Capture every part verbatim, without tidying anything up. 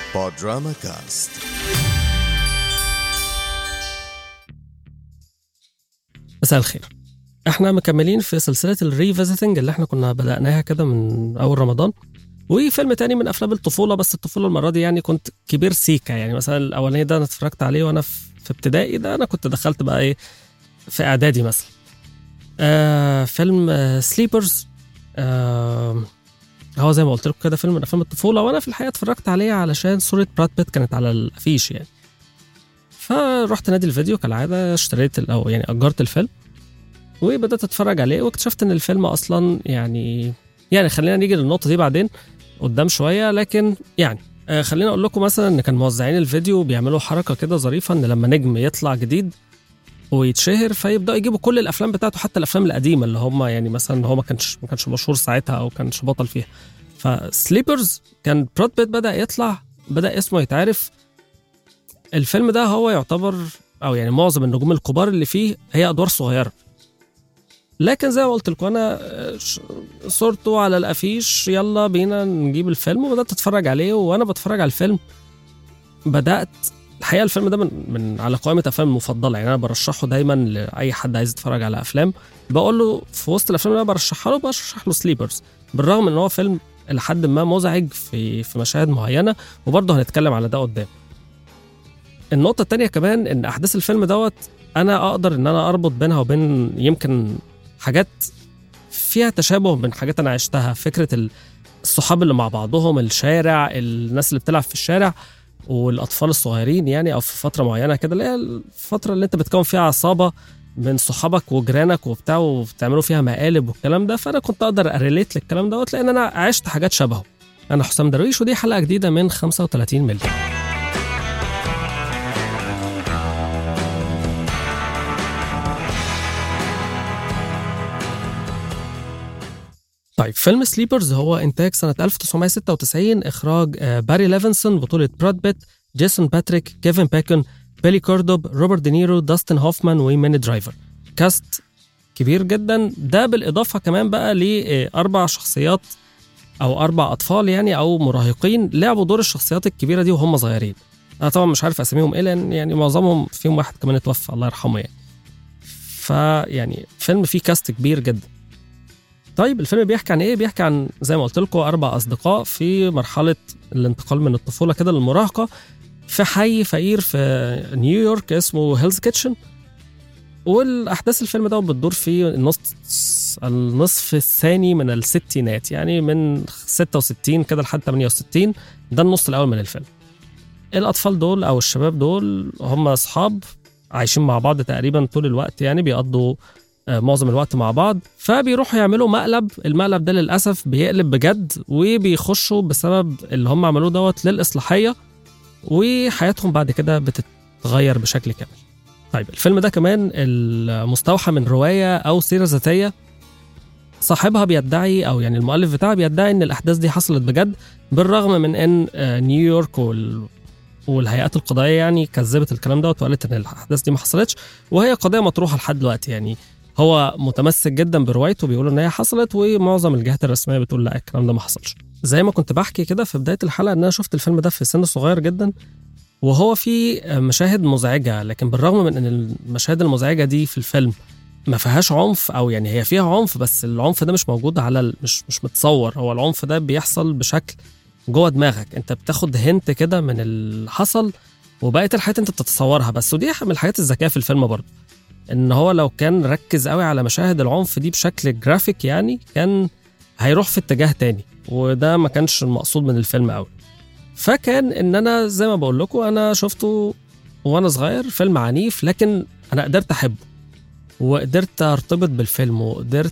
بودراما كاست. مساء الخير. احنا مكملين في سلسلة الريفيزيتنج اللي احنا كنا بدأناها كده من أول رمضان، وفيلم تاني من أفلام الطفولة، بس الطفولة المرة دي يعني كنت كبير سيكا. يعني مثلا الأولاني ده أنا اتفرجت عليه وأنا في ابتدائي، ده أنا كنت دخلت بقى إيه في إعدادي مثلا. آه فيلم آه سليبرز. آه هو زي ما قلت لكم كده فيلم من أفلام الطفولة، وأنا في الحقيقة اتفرجت عليه علشان صورة براد بيت كانت على الأفيش يعني. فرحت نادي الفيديو كالعادة، اشتريت أو يعني أجرت الفيلم وبدأت أتفرج عليه، واكتشفت إن الفيلم أصلا يعني يعني خلينا نيجي للنقطة دي بعدين قدام شوية. لكن يعني آه خلينا أقول لكم مثلا إن كان موزعين الفيديو بيعملوا حركة كده ظريفة، إن لما نجم يطلع جديد ويتشهر فيبدأوا يجيبوا كل الأفلام بتاعته، حتى الأفلام القديمة اللي هم يعني مثلا هو ما كانش ما كانش مشهور ساعتها أو كانش بطل فيها. فسليبرز كان براد بيت بدأ يطلع، بدأ اسمه يتعرف. الفيلم ده هو يعتبر أو يعني معظم النجوم الكبار اللي فيه هي أدوار صغيرة، لكن زي ما قلت لكم أنا صورته على الأفيش، يلا بينا نجيب الفيلم، وبدأت أتفرج عليه. وأنا بتفرج على الفيلم بدأت الحقيقة الفيلم ده من, من على قائمة أفلام المفضلة. يعني أنا برشحه دايما لأي حد عايز يتفرج على أفلام، بقول له في وسط الأفلام اللي أنا برشحها له برشح له سليبرز، بالرغم إن هو فيلم لحد ما مزعج في في مشاهد معينة، وبرضه هنتكلم على ده قدام. النقطة التانية كمان إن أحداث الفيلم دوت أنا أقدر إن أنا أربط بينها وبين يمكن حاجات فيها تشابه من حاجات أنا عشتها. فكرة الصحاب اللي مع بعضهم، الشارع، الناس اللي بتلعب في الشارع، والأطفال الصغيرين يعني، أو في فترة معينة كده اللي هي الفترة اللي أنت بتكون فيها عصابة من صحابك وجيرانك وبتاع، وبتعملوا فيها مقالب والكلام ده. فأنا كنت أقدر أريليت للكلام دوت لأن أنا عشت حاجات شبهه. أنا حسام درويش، ودي حلقة جديدة من خمسة وثلاثين ملي. طيب، فيلم سليبرز هو إنتاج سنة ألف وتسعمائة وستة وتسعين، إخراج باري ليفنسون، بطولة براد بيت، جيسون باتريك، كيفن باكون، بيلي كوردوب، روبرت دينيرو، داستن هوفمان، وميني درايفر. كاست كبير جدا، ده بالإضافة كمان بقى لأربع شخصيات أو أربع أطفال يعني أو مراهقين لعبوا دور الشخصيات الكبيرة دي وهم صغيرين. أنا طبعا مش عارف أسميهم إيه لأن يعني معظمهم فيهم واحد كمان اتوفى الله يرحمه يعني. فيعني فيلم فيه كاست كبير جدا. طيب، الفيلم بيحكي عن ايه؟ بيحكي عن زي ما قلت لكم اربع اصدقاء في مرحله الانتقال من الطفوله كده للمراهقه في حي فقير في نيويورك اسمه هيلز كيتشن. والاحداث الفيلم ده بتدور في النص النصف الثاني من الستينات، يعني من ستة وستين كده لحد ثمانية وستين، ده النص الاول من الفيلم. الاطفال دول او الشباب دول هم اصحاب عايشين مع بعض تقريبا طول الوقت، يعني بيقضوا معظم الوقت مع بعض. فبيروحوا يعملوا مقلب، المقلب ده للأسف بيقلب بجد، وبيخشوا بسبب اللي هم عملوه دوت للإصلاحية، وحياتهم بعد كده بتتغير بشكل كامل. طيب، الفيلم ده كمان المستوحى من رواية أو سيرة ذاتية صاحبها بيدعي أو يعني المؤلف بتاعها بيدعي إن الأحداث دي حصلت بجد، بالرغم من إن نيويورك وال والهيئات القضائية يعني كذبت الكلام ده وقالت إن الأحداث دي ما حصلتش، وهي قضية مطروحة لحد دلوقتي. يعني هو متمسك جدا بروايته، بيقولوا ان هي حصلت، ومعظم الجهات الرسميه بتقول لا الكلام ده ما حصلش. زي ما كنت بحكي كده في بدايه الحلقه ان انا شفت الفيلم ده في سن صغير جدا، وهو فيه مشاهد مزعجه، لكن بالرغم من ان المشاهد المزعجه دي في الفيلم ما فيهاش عنف، او يعني هي فيها عنف بس العنف ده مش موجود على مش مش متصور. هو العنف ده بيحصل بشكل جوه دماغك، انت بتاخد هنت كده من اللي حصل، وبقيه الحاجات انت بتتصورها بس. ودي من الحاجات الذكيه في الفيلم برضه، ان هو لو كان ركز قوي على مشاهد العنف دي بشكل جرافيك يعني كان هيروح في اتجاه تاني، وده ما كانش المقصود من الفيلم قوي. فكان ان انا زي ما بقول لكم انا شفته وانا صغير، فيلم عنيف، لكن انا قدرت احبه وقدرت ارتبط بالفيلم وقدرت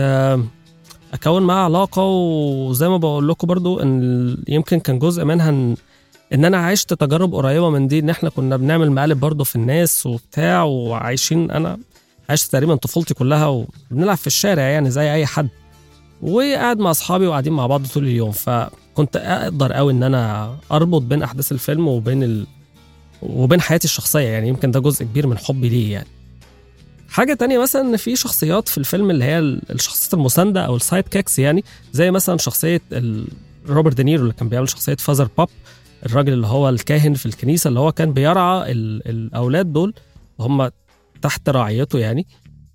اكون معاه علاقه. وزي ما بقول لكم برضو ان يمكن كان جزء منها ان ان انا عشت تجارب قريبه من دي، ان احنا كنا بنعمل مقالب برضه في الناس وبتاع، وعايشين. انا عشت تقريبا طفولتي كلها وبنلعب في الشارع يعني زي اي حد، وقاعد مع اصحابي وقاعدين مع بعض طول اليوم. فكنت اقدر قوي ان انا اربط بين احداث الفيلم وبين ال... وبين حياتي الشخصيه. يعني يمكن ده جزء كبير من حبي ليه. يعني حاجه تانية مثلا ان في شخصيات في الفيلم اللي هي الشخصيات المسانده او السايد كيكس، يعني زي مثلا شخصيه ال... روبرت دينيرو اللي كان بيعمل شخصيه فازر باب، الراجل اللي هو الكاهن في الكنيسة اللي هو كان بيرعى الأولاد دول هم تحت رعايته يعني،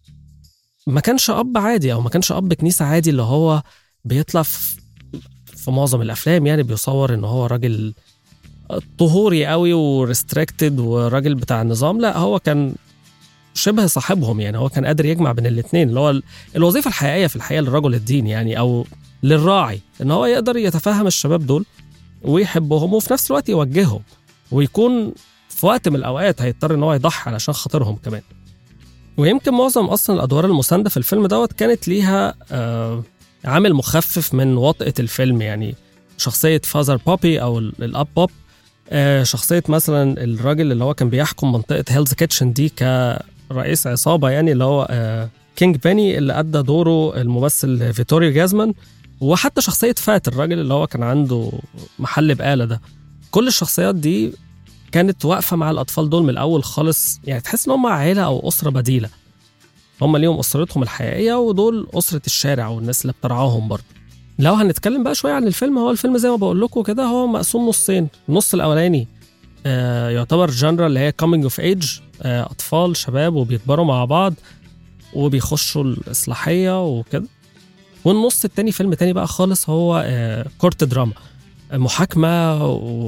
ما كانش أب عادي أو ما كانش أب كنيسة عادي اللي هو بيطلع في, في معظم الأفلام يعني بيصور إنه هو راجل طهوري قوي وريستريكتد وراجل بتاع النظام. لا، هو كان شبه صاحبهم يعني، هو كان قادر يجمع بين الاثنين اللي هو الوظيفة الحقيقية في الحقيقة للرجل الدين يعني أو للراعي، إن هو يقدر يتفهم الشباب دول ويحبهم وفي نفس الوقت يوجههم، ويكون في وقت من الأوقات هيضطر إن هو يضحي علشان خاطرهم كمان. ويمكن معظم أصلا الأدوار المساندة في الفيلم دوت كانت ليها آه عامل مخفف من وطئة الفيلم يعني. شخصية فازر بوبي أو الأب بوب، آه شخصية مثلا الراجل اللي هو كان بيحكم منطقة هيلز كيتشن دي كرئيس عصابة يعني اللي هو آه كينج باني اللي أدى دوره الممثل فيتوريو جازمان، وحتى شخصية فات الراجل اللي هو كان عنده محل بقالة ده. كل الشخصيات دي كانت واقفة مع الأطفال دول من الأول خالص يعني، تحس إن هم عائلة أو أسرة بديلة، هم ليهم أسرتهم الحقيقية ودول أسرة الشارع والناس اللي بترعاهم برضه. لو هنتكلم بقى شوية عن الفيلم، هو الفيلم زي ما بقول لكم كده هو مقسوم نصين. النص الأولاني آه يعتبر جانرا اللي هي coming of age، آه أطفال شباب وبيكبروا مع بعض وبيخشوا الإصلاحية وكده. والنص التاني فيلم تاني بقى خالص هو آه كورت دراما، محاكمة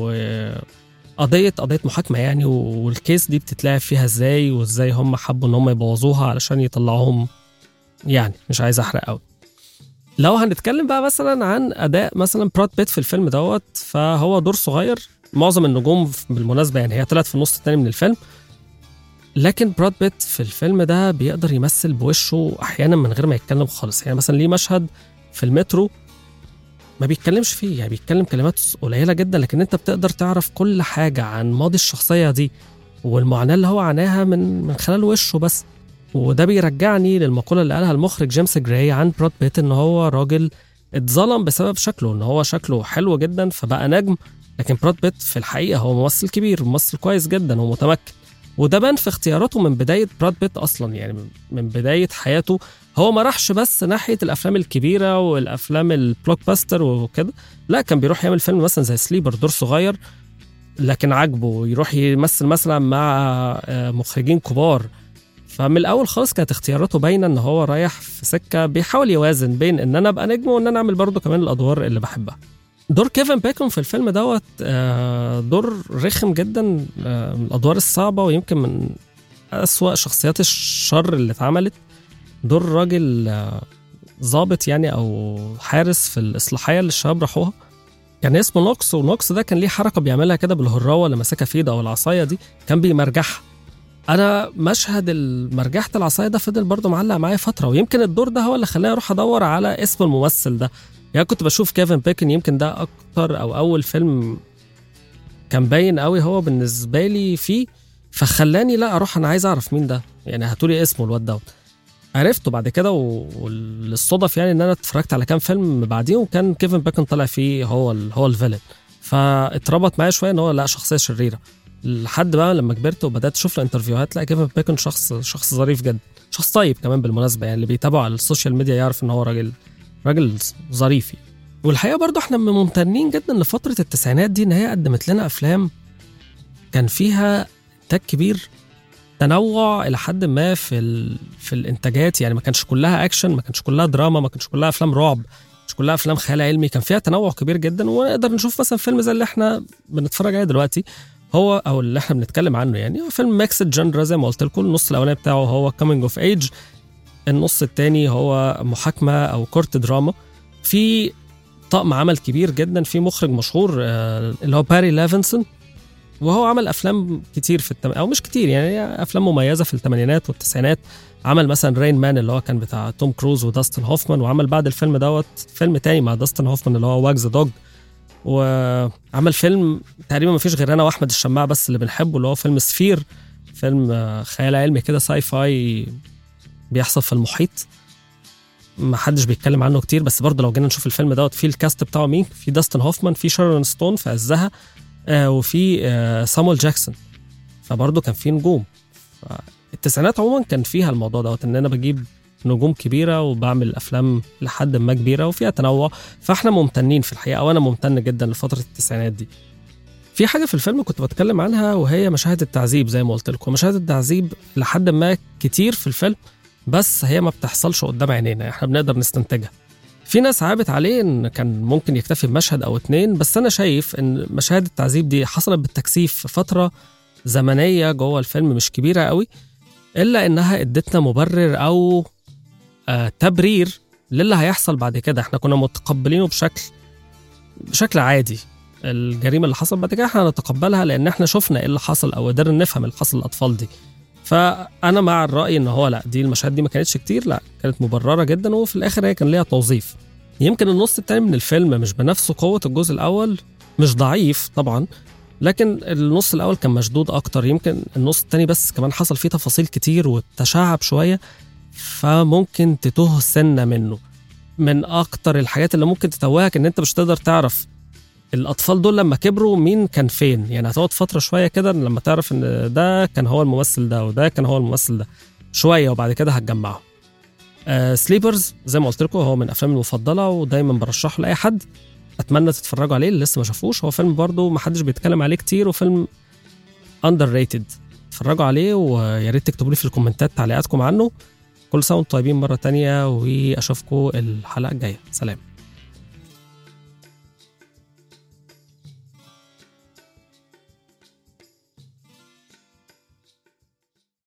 وقضية قضية محاكمة يعني، والكيس دي بتتلعب فيها ازاي وازاي هم حبوا ان هم يبوظوها علشان يطلعوهم يعني. مش عايز احرق قوي. لو هنتكلم بقى مثلا عن اداء مثلا براد بيت في الفيلم دوت، فهو دور صغير. معظم النجوم بالمناسبة يعني هي طلعت في النص التاني من الفيلم، لكن براد بيت في الفيلم ده بيقدر يمثل بوشه احيانا من غير ما يتكلم خالص يعني. مثلا ليه مشهد في المترو ما بيتكلمش فيه يعني، بيتكلم كلمات قليلة جدا، لكن انت بتقدر تعرف كل حاجة عن ماضي الشخصية دي والمعاناة اللي هو عاناها من من خلال وشه بس. وده بيرجعني للمقولة اللي قالها المخرج جيمس جراي عن براد بيت، ان هو راجل اتظلم بسبب شكله، ان هو شكله حلو جدا فبقى نجم، لكن براد بيت في الحقيقة هو ممثل كبير، ممثل كويس جدا ومتمكن. وده بان في اختياراته من بداية براد بيت أصلا يعني، من بداية حياته هو ما راحش بس ناحية الأفلام الكبيرة والأفلام البلوك باستر وكده، لا كان بيروح يعمل فيلم مثلا زي سليبر دور صغير لكن عجبه، يروح يمثل مثلا مع مخرجين كبار. فمن الأول خالص كانت اختياراته باينة ان هو رايح في سكة بيحاول يوازن بين ان انا ابقى نجم وان انا اعمل برضه كمان الأدوار اللي بحبها. دور كيفن بيكون في الفيلم دوت دور رخم جدا، من الأدوار الصعبة ويمكن من أسوأ شخصيات الشر اللي اتعملت. دور راجل ضابط يعني أو حارس في الإصلاحية اللي الشباب راحوها، كان اسمه نوكس، ونوكس ده كان ليه حركة بيعملها كده بالهراوة اللي ماسكها في ايده أو العصاية دي، كان بيمرجحها. أنا مشهد المرجحة العصاية ده فضل برضه معلق معايا فترة، ويمكن الدور ده هو اللي خلاني أروح أدور على اسم الممثل ده يعني. كنت بشوف كيفن بيكن يمكن ده أكتر أو أول فيلم كان باين قوي هو بالنسبة لي فيه، فخلاني لا أروح أنا عايز أعرف مين ده يعني، هاتولي اسمه الواد دوت. عرفته بعد كده والصدف يعني ان انا اتفرجت على كام فيلم بعديه وكان كيفن بيكن طلع فيه هو ال هو الفيلن، فاتربط معايا شويه ان هو لا شخصيه شريره. لحد بقى لما كبرت وبدات اشوف له انترفيوهات، لا كيفن بيكن شخص شخص ظريف جدا، شخص طيب كمان بالمناسبه يعني، اللي بيتابعه على السوشيال ميديا يعرف ان هو راجل راجل ظريف. والحقيقه برضو احنا ممتنين جدا لفتره التسعينات دي ان هي قدمت لنا افلام كان فيها انتاج كبير، تنوع الى حد ما في ال... في الانتاجات يعني. ما كانش كلها اكشن، ما كانش كلها دراما، ما كانش كلها افلام رعب، مش كلها افلام خيال علمي، كان فيها تنوع كبير جدا. ونقدر نشوف مثلا فيلم زي اللي احنا بنتفرج عليه دلوقتي هو او اللي احنا بنتكلم عنه يعني، هو فيلم ميكس جنرا زي ما قلت لكم. النص الاولاني بتاعه هو كامينج اوف ايج، النص الثاني هو محاكمه او كورت دراما. في طقم عمل كبير جدا، في مخرج مشهور اللي هو باري ليفنسون، وهو عمل أفلام كتير في التم... أو مش كتير يعني، أفلام مميزة في الثمانينات والتسعينات. عمل مثلا رين مان اللي هو كان بتاع توم كروز وداستن هوفمان، وعمل بعد الفيلم دوت فيلم تاني مع داستن هوفمان اللي هو واجز دوج، وعمل فيلم تقريبا ما فيش غير أنا وأحمد الشماع بس اللي بنحبه، اللي هو فيلم سفير، فيلم خيال علمي كده ساي فاي بيحصل في المحيط، ما حدش بيتكلم عنه كتير. بس برضه لو جينا نشوف الفيلم دوت، فيه الكاست بتاعه مين؟ في داستن هوفمان، في شارون ستون في عزها، آه وفي آه سامويل جاكسون، فبرضه كان في نجوم. التسعينات عموما كان فيها الموضوع دوت ان انا بجيب نجوم كبيره وبعمل افلام لحد ما كبيره وفيها تنوع، فاحنا ممتنين في الحقيقه، وانا ممتن جدا لفتره التسعينات دي. في حاجة في الفيلم كنت بتكلم عنها وهي مشاهد التعذيب. زي ما قلت لكم مشاهد التعذيب لحد ما كتير في الفيلم، بس هي ما بتحصلش قدام عينينا، احنا بنقدر نستنتجها. في ناس عابت عليه ان كان ممكن يكتفي بمشهد او اتنين، بس انا شايف ان مشاهد التعذيب دي حصلت بالتكثيف في فترة زمنية جوه الفيلم مش كبيرة قوي، الا انها ادتنا مبرر او آه تبرير للي هيحصل بعد كده. احنا كنا متقبلينه بشكل بشكل عادي. الجريمة اللي حصل بعد كده احنا نتقبلها لان احنا شفنا ايه اللي حصل او قدرنا نفهم اللي حصل للاطفال دي. فانا مع الرأي ان هو لا، دي المشاهد دي ما كانتش كتير، لا كانت مبررة جدا، وفي الاخر هي كان ليها توظيف. يمكن النص التاني من الفيلم مش بنفس قوة الجزء الاول، مش ضعيف طبعا، لكن النص الاول كان مشدود اكتر. يمكن النص التاني بس كمان حصل فيه تفاصيل كتير وتشعب شوية، فممكن تتوه سنة منه. من اكتر الحاجات اللي ممكن تتوهك ان انت مش تقدر تعرف الأطفال دول لما كبروا مين كان فين. يعني هتقعد فترة شوية كده لما تعرف إن ده كان هو الممثل ده وده كان هو الممثل ده شوية، وبعد كده هتجمعه. آه سليبرز زي ما قلت لكم هو من أفلامي المفضلة ودايما برشحه لأي حد. أتمنى تتفرجوا عليه اللي لسه ما شافوش. هو فيلم برضو ما حدش بيتكلم عليه كتير، وفيلم underrated. اتفرجوا عليه ويا ريت تكتبوا لي في الكومنتات تعليقاتكم عنه. كل سنة وانتم طيبين مرة تانية، وأشوفكم الحلقة الجاية. سلام.